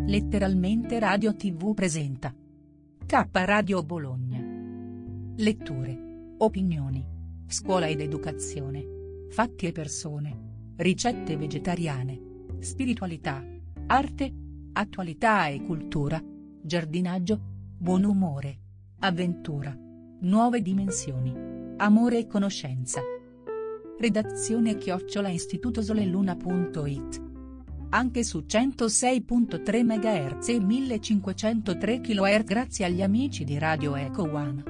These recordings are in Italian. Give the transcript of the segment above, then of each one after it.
Letteralmente Radio TV presenta K Radio Bologna. Letture, opinioni, scuola ed educazione, fatti e persone, ricette vegetariane, spiritualità, arte, attualità e cultura, giardinaggio, buon umore, avventura, nuove dimensioni, amore e conoscenza. Redazione @istitutosoleluna.it. Anche su 106.3 MHz e 1503 kHz grazie agli amici di Radio Eco One.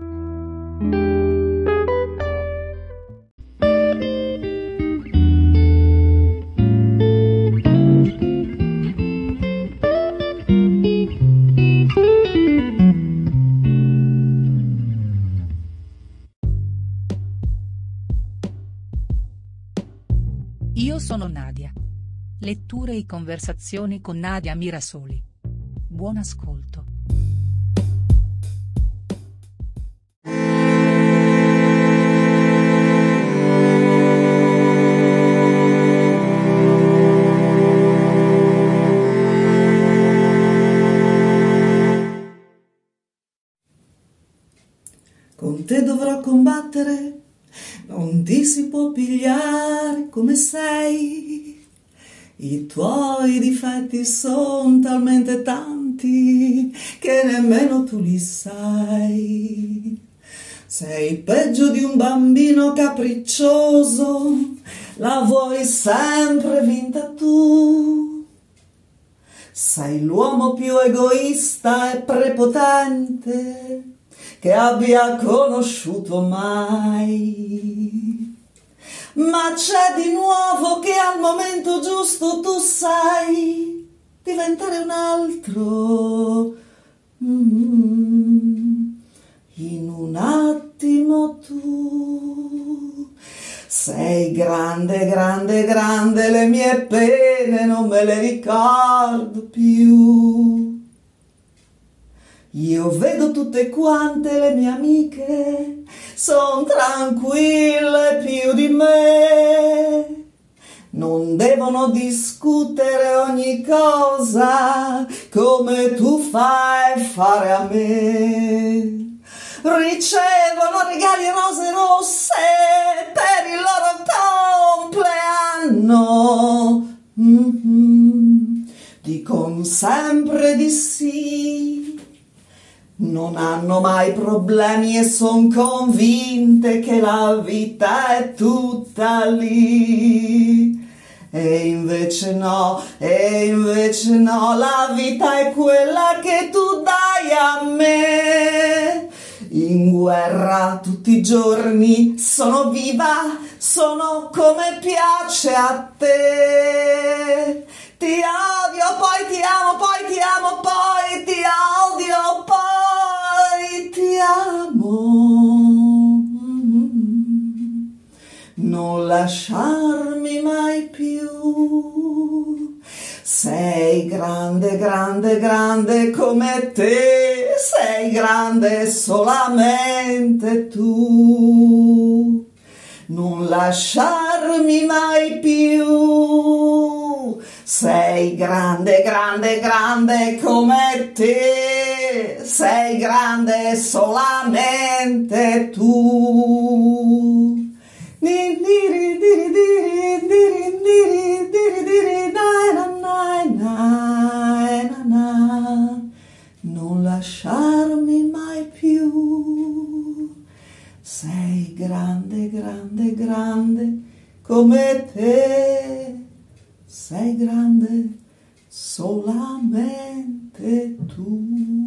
Io sono Nadia. Letture e conversazioni con Nadia Mirasoli. Buon ascolto. Con te dovrò combattere, non ti si può pigliare come sei. I tuoi difetti son talmente tanti che nemmeno tu li sai. Sei peggio di un bambino capriccioso, la vuoi sempre vinta tu. Sei l'uomo più egoista e prepotente che abbia conosciuto mai. Ma c'è di nuovo che al momento giusto tu sai diventare un altro. In un attimo tu sei grande, grande, grande, le mie pene non me le ricordo più. Io vedo tutte quante le mie amiche, son tranquille più di me. Non devono discutere ogni cosa come tu fai fare a me. Ricevono regali e rose rosse per il loro compleanno. Dicono sempre di sì. Non hanno mai problemi e son convinte che la vita è tutta lì. E invece no, la vita è quella che tu dai a me. In guerra tutti i giorni sono viva, sono come piace a te. Ti odio, poi ti amo, poi ti amo, poi ti odio, poi ti amo. Non lasciarmi mai più. Sei grande, grande, grande come te. Sei grande solamente tu. Non lasciarmi mai più. Sei grande, grande, grande come te, sei grande solamente tu. Non lasciarmi mai più. Sei grande, grande, grande come te. Sei grande solamente tu.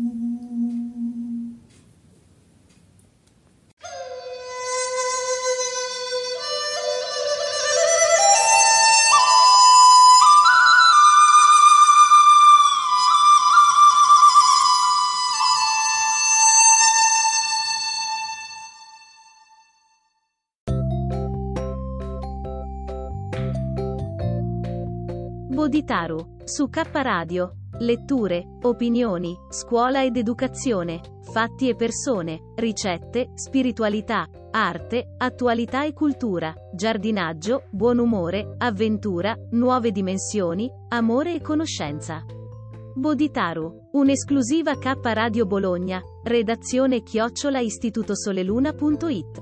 Bodhitaru, su K Radio. Letture, opinioni, scuola ed educazione, fatti e persone, ricette, spiritualità, arte, attualità e cultura, giardinaggio, buon umore, avventura, nuove dimensioni, amore e conoscenza. Bodhitaru, un'esclusiva K Radio Bologna, redazione @istitutosoleluna.it.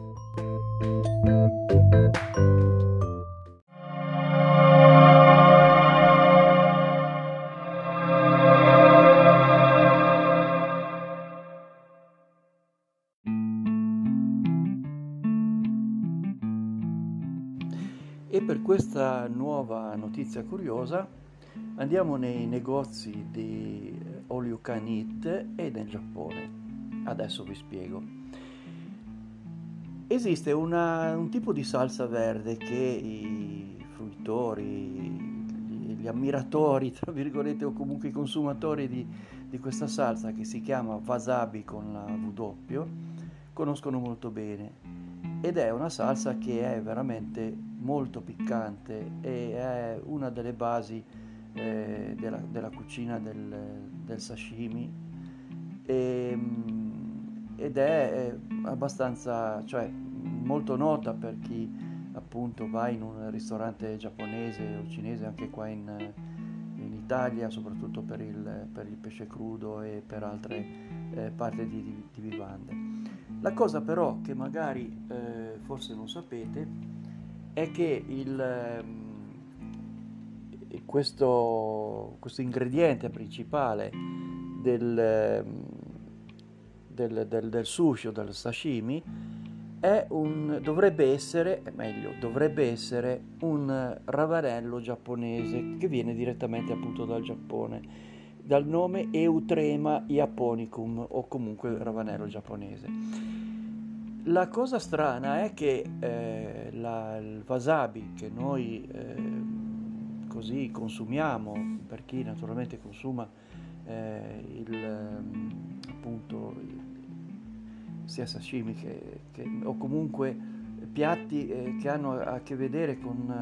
E per questa nuova notizia curiosa andiamo nei negozi di All You Can Eat e nel Giappone. Adesso vi spiego. Esiste un tipo di salsa verde che i fruitori, gli ammiratori, tra virgolette, o comunque i consumatori di questa salsa, che si chiama wasabi con la W, conoscono molto bene. Ed è una salsa che è veramente molto piccante e è una delle basi della cucina del sashimi, ed è abbastanza, cioè molto nota per chi appunto va in un ristorante giapponese o cinese, anche qua in Italia, soprattutto per il pesce crudo e per altre parti di vivande. La cosa però che magari forse non sapete è che questo ingrediente principale del sushi o del sashimi dovrebbe essere un ravanello giapponese che viene direttamente appunto dal Giappone, dal nome Eutrema japonicum, o comunque ravanello giapponese. La cosa strana è che il wasabi che noi così consumiamo, per chi naturalmente consuma sia sashimi o comunque piatti che hanno a che vedere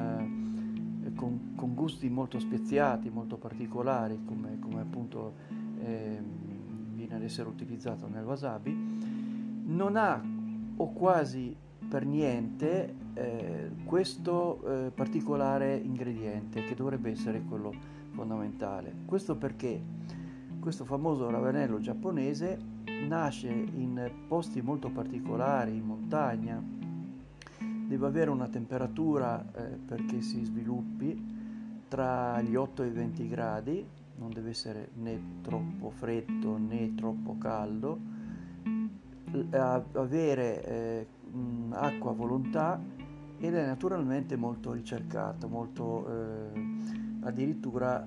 con gusti molto speziati, molto particolari, come appunto viene ad essere utilizzato nel wasabi, non ha o quasi per niente questo particolare ingrediente che dovrebbe essere quello fondamentale. Questo perché questo famoso ravanello giapponese nasce in posti molto particolari, in montagna, deve avere una temperatura perché si sviluppi tra gli 8 e i 20 gradi, non deve essere né troppo freddo né troppo caldo, avere acqua a volontà, ed è naturalmente molto ricercato, molto addirittura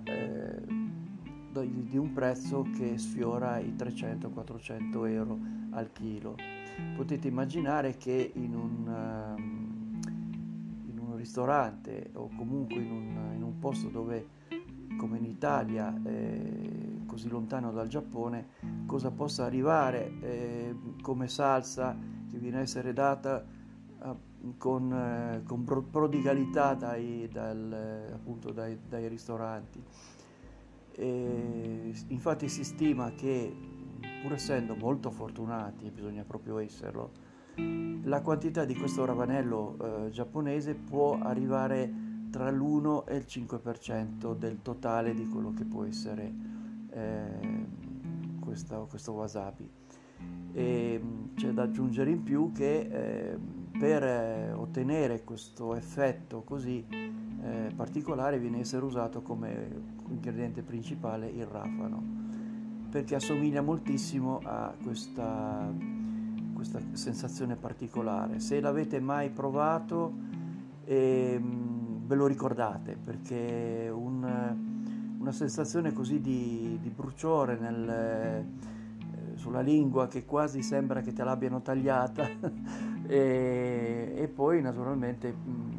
di un prezzo che sfiora i 300-400 euro al chilo. Potete immaginare che in un ristorante o comunque in un posto dove, come in Italia, così lontano dal Giappone, cosa possa arrivare come salsa che viene a essere data con prodigalità appunto dai ristoranti. Infatti si stima che, pur essendo molto fortunati, e bisogna proprio esserlo, la quantità di questo ravanello giapponese può arrivare tra l'1 e il 5% del totale di quello che può essere questo wasabi. E c'è da aggiungere in più che per ottenere questo effetto così particolare viene a essere usato come ingrediente principale il rafano, perché assomiglia moltissimo a questa sensazione particolare. Se l'avete mai provato ve lo ricordate, perché una sensazione così di bruciore sulla lingua, che quasi sembra che te l'abbiano tagliata e poi naturalmente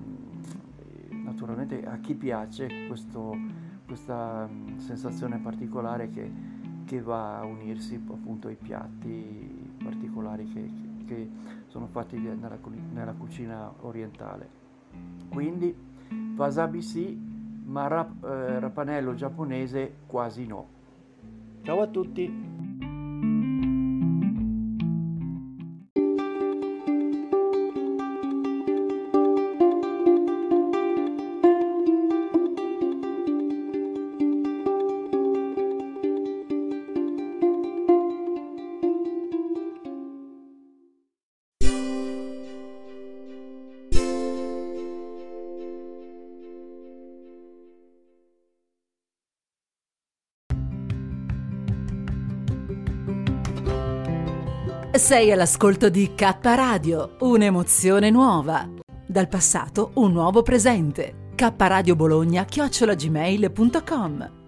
a chi piace questa sensazione particolare che va a unirsi appunto ai piatti particolari che sono fatti nella cucina orientale. Quindi wasabi sì, ma rapanello giapponese quasi no. Ciao a tutti! Sei all'ascolto di K Radio, un'emozione nuova. Dal passato un nuovo presente. kradiobologna@gmail.com